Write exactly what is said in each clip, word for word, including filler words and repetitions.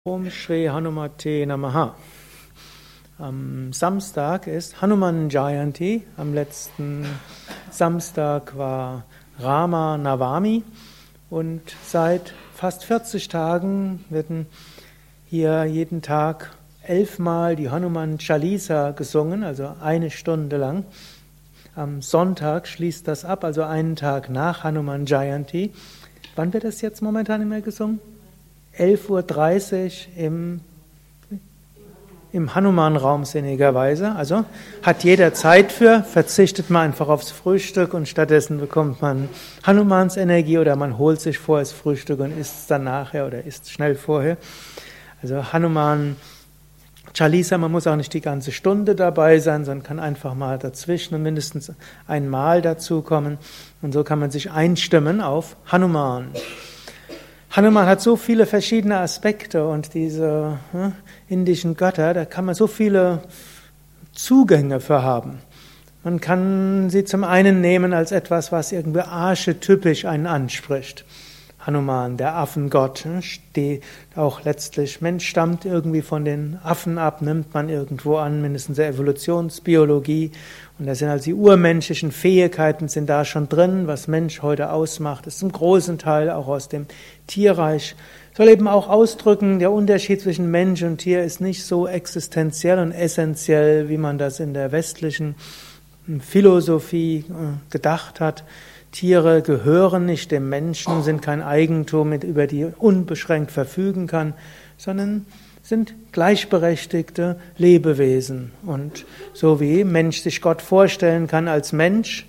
Om Shri Hanumate Namaha. Am Samstag ist Hanuman Jayanti. Am letzten Samstag war Rama Navami und seit fast vierzig Tagen werden hier jeden Tag elfmal die Hanuman Chalisa gesungen, also eine Stunde lang. Am Sonntag schließt das ab, also einen Tag nach Hanuman Jayanti. Wann wird das jetzt momentan immer gesungen? elf Uhr dreißig im, im Hanuman-Raum sinnigerweise. Also hat jeder Zeit für, verzichtet man einfach aufs Frühstück und stattdessen bekommt man Hanumans Energie oder man holt sich vorher das Frühstück und isst es dann nachher oder isst es schnell vorher. Also Hanuman Chalisa, man muss auch nicht die ganze Stunde dabei sein, sondern kann einfach mal dazwischen und mindestens einmal dazukommen. Und so kann man sich einstimmen auf Hanuman. Hanuman hat so viele verschiedene Aspekte und diese hm, indischen Götter, da kann man so viele Zugänge für haben. Man kann sie zum einen nehmen als etwas, was irgendwie archetypisch einen anspricht. Hanuman, der Affengott, steht auch letztlich, Mensch stammt irgendwie von den Affen ab, nimmt man irgendwo an, mindestens der Evolutionsbiologie. Und da sind also die urmenschlichen Fähigkeiten sind da schon drin, was Mensch heute ausmacht. Das ist zum großen Teil auch aus dem Tierreich. Soll eben auch ausdrücken, der Unterschied zwischen Mensch und Tier ist nicht so existenziell und essentiell, wie man das in der westlichen Philosophie gedacht hat. Tiere gehören nicht dem Menschen, sind kein Eigentum, über die unbeschränkt verfügen kann, sondern sind gleichberechtigte Lebewesen. Und so wie Mensch sich Gott vorstellen kann als Mensch,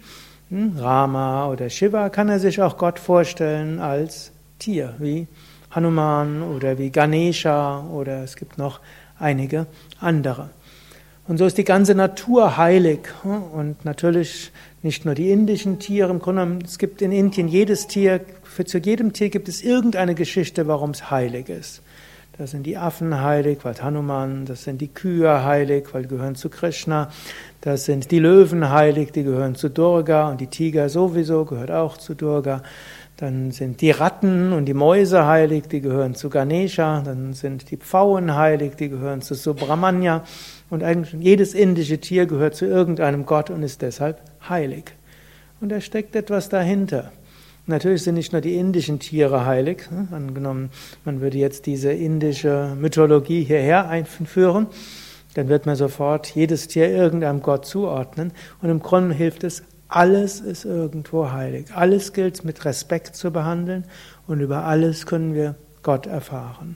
Rama oder Shiva, kann er sich auch Gott vorstellen als Tier, wie Hanuman oder wie Ganesha oder es gibt noch einige andere. Und so ist die ganze Natur heilig. Und natürlich nicht nur die indischen Tiere. Im Grunde genommen, es gibt in Indien jedes Tier, für, zu jedem Tier gibt es irgendeine Geschichte, warum es heilig ist. Da sind die Affen heilig, weil Hanuman, das sind die Kühe heilig, weil die gehören zu Krishna. Das sind die Löwen heilig, die gehören zu Durga. Und die Tiger sowieso, gehört auch zu Durga. Dann sind die Ratten und die Mäuse heilig, die gehören zu Ganesha. Dann sind die Pfauen heilig, die gehören zu Subramanya. Und eigentlich jedes indische Tier gehört zu irgendeinem Gott und ist deshalb heilig. Und da steckt etwas dahinter. Natürlich sind nicht nur die indischen Tiere heilig. Angenommen, man würde jetzt diese indische Mythologie hierher einführen, dann wird man sofort jedes Tier irgendeinem Gott zuordnen. Und im Grunde hilft es, alles ist irgendwo heilig. Alles gilt mit Respekt zu behandeln und über alles können wir Gott erfahren.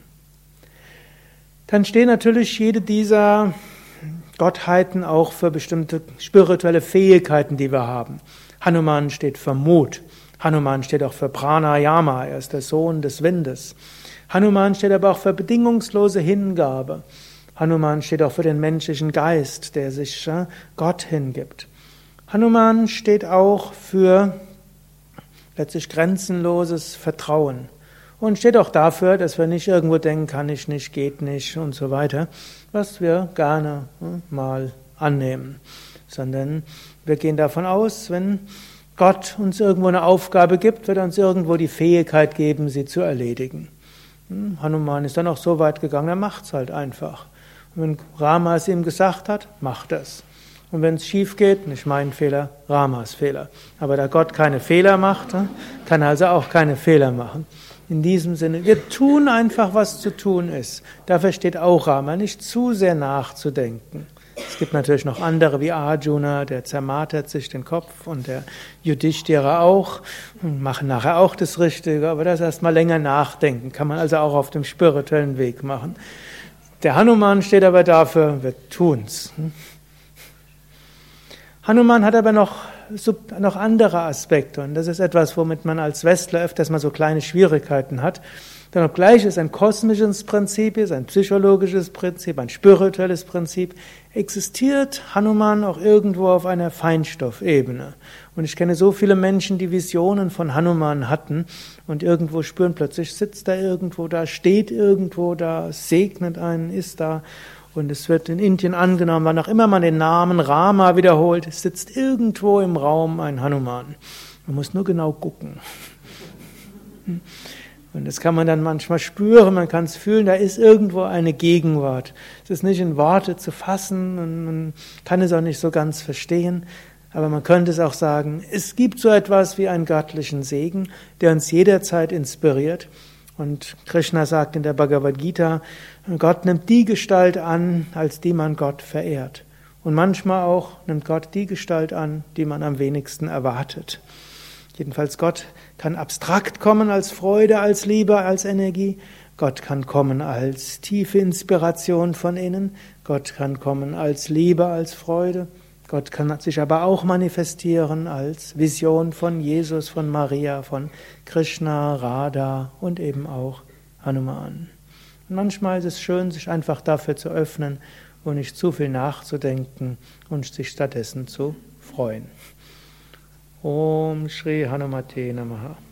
Dann stehen natürlich jede dieser Gottheiten auch für bestimmte spirituelle Fähigkeiten, die wir haben. Hanuman steht für Mut. Hanuman steht auch für Pranayama, er ist der Sohn des Windes. Hanuman steht aber auch für bedingungslose Hingabe. Hanuman steht auch für den menschlichen Geist, der sich Gott hingibt. Hanuman steht auch für letztlich grenzenloses Vertrauen und steht auch dafür, dass wir nicht irgendwo denken, kann ich nicht, geht nicht und so weiter, was wir gerne mal annehmen, sondern wir gehen davon aus, wenn Gott uns irgendwo eine Aufgabe gibt, wird er uns irgendwo die Fähigkeit geben, sie zu erledigen. Hanuman ist dann auch so weit gegangen, er macht es halt einfach. Und wenn Rama es ihm gesagt hat, macht es. Und wenn es schief geht, nicht mein Fehler, Ramas Fehler. Aber da Gott keine Fehler macht, kann er also auch keine Fehler machen. In diesem Sinne, wir tun einfach, was zu tun ist. Dafür steht auch Rama, nicht zu sehr nachzudenken. Es gibt natürlich noch andere wie Arjuna, der zermartert sich den Kopf und der Yudhishthira auch und machen nachher auch das Richtige, aber das erst mal länger nachdenken, kann man also auch auf dem spirituellen Weg machen. Der Hanuman steht aber dafür, wir tun's. Hanuman hat aber noch, noch andere Aspekte und das ist etwas, womit man als Westler öfters mal so kleine Schwierigkeiten hat. Denn obgleich es ein kosmisches Prinzip ist, ein psychologisches Prinzip, ein spirituelles Prinzip, existiert Hanuman auch irgendwo auf einer Feinstoffebene. Und ich kenne so viele Menschen, die Visionen von Hanuman hatten und irgendwo spüren, plötzlich sitzt er irgendwo da, steht irgendwo da, segnet einen, ist da. Und es wird in Indien angenommen, wann auch immer man den Namen Rama wiederholt, es sitzt irgendwo im Raum ein Hanuman. Man muss nur genau gucken. Und das kann man dann manchmal spüren, man kann es fühlen, da ist irgendwo eine Gegenwart. Es ist nicht in Worte zu fassen und man kann es auch nicht so ganz verstehen, aber man könnte es auch sagen, es gibt so etwas wie einen göttlichen Segen, der uns jederzeit inspiriert. Und Krishna sagt in der Bhagavad Gita, Gott nimmt die Gestalt an, als die man Gott verehrt. Und manchmal auch nimmt Gott die Gestalt an, die man am wenigsten erwartet. Jedenfalls Gott kann abstrakt kommen als Freude, als Liebe, als Energie. Gott kann kommen als tiefe Inspiration von innen. Gott kann kommen als Liebe, als Freude. Gott kann sich aber auch manifestieren als Vision von Jesus, von Maria, von Krishna, Radha und eben auch Hanuman. Und manchmal ist es schön, sich einfach dafür zu öffnen und nicht zu viel nachzudenken und sich stattdessen zu freuen. Om Shri Hanumate Namaha.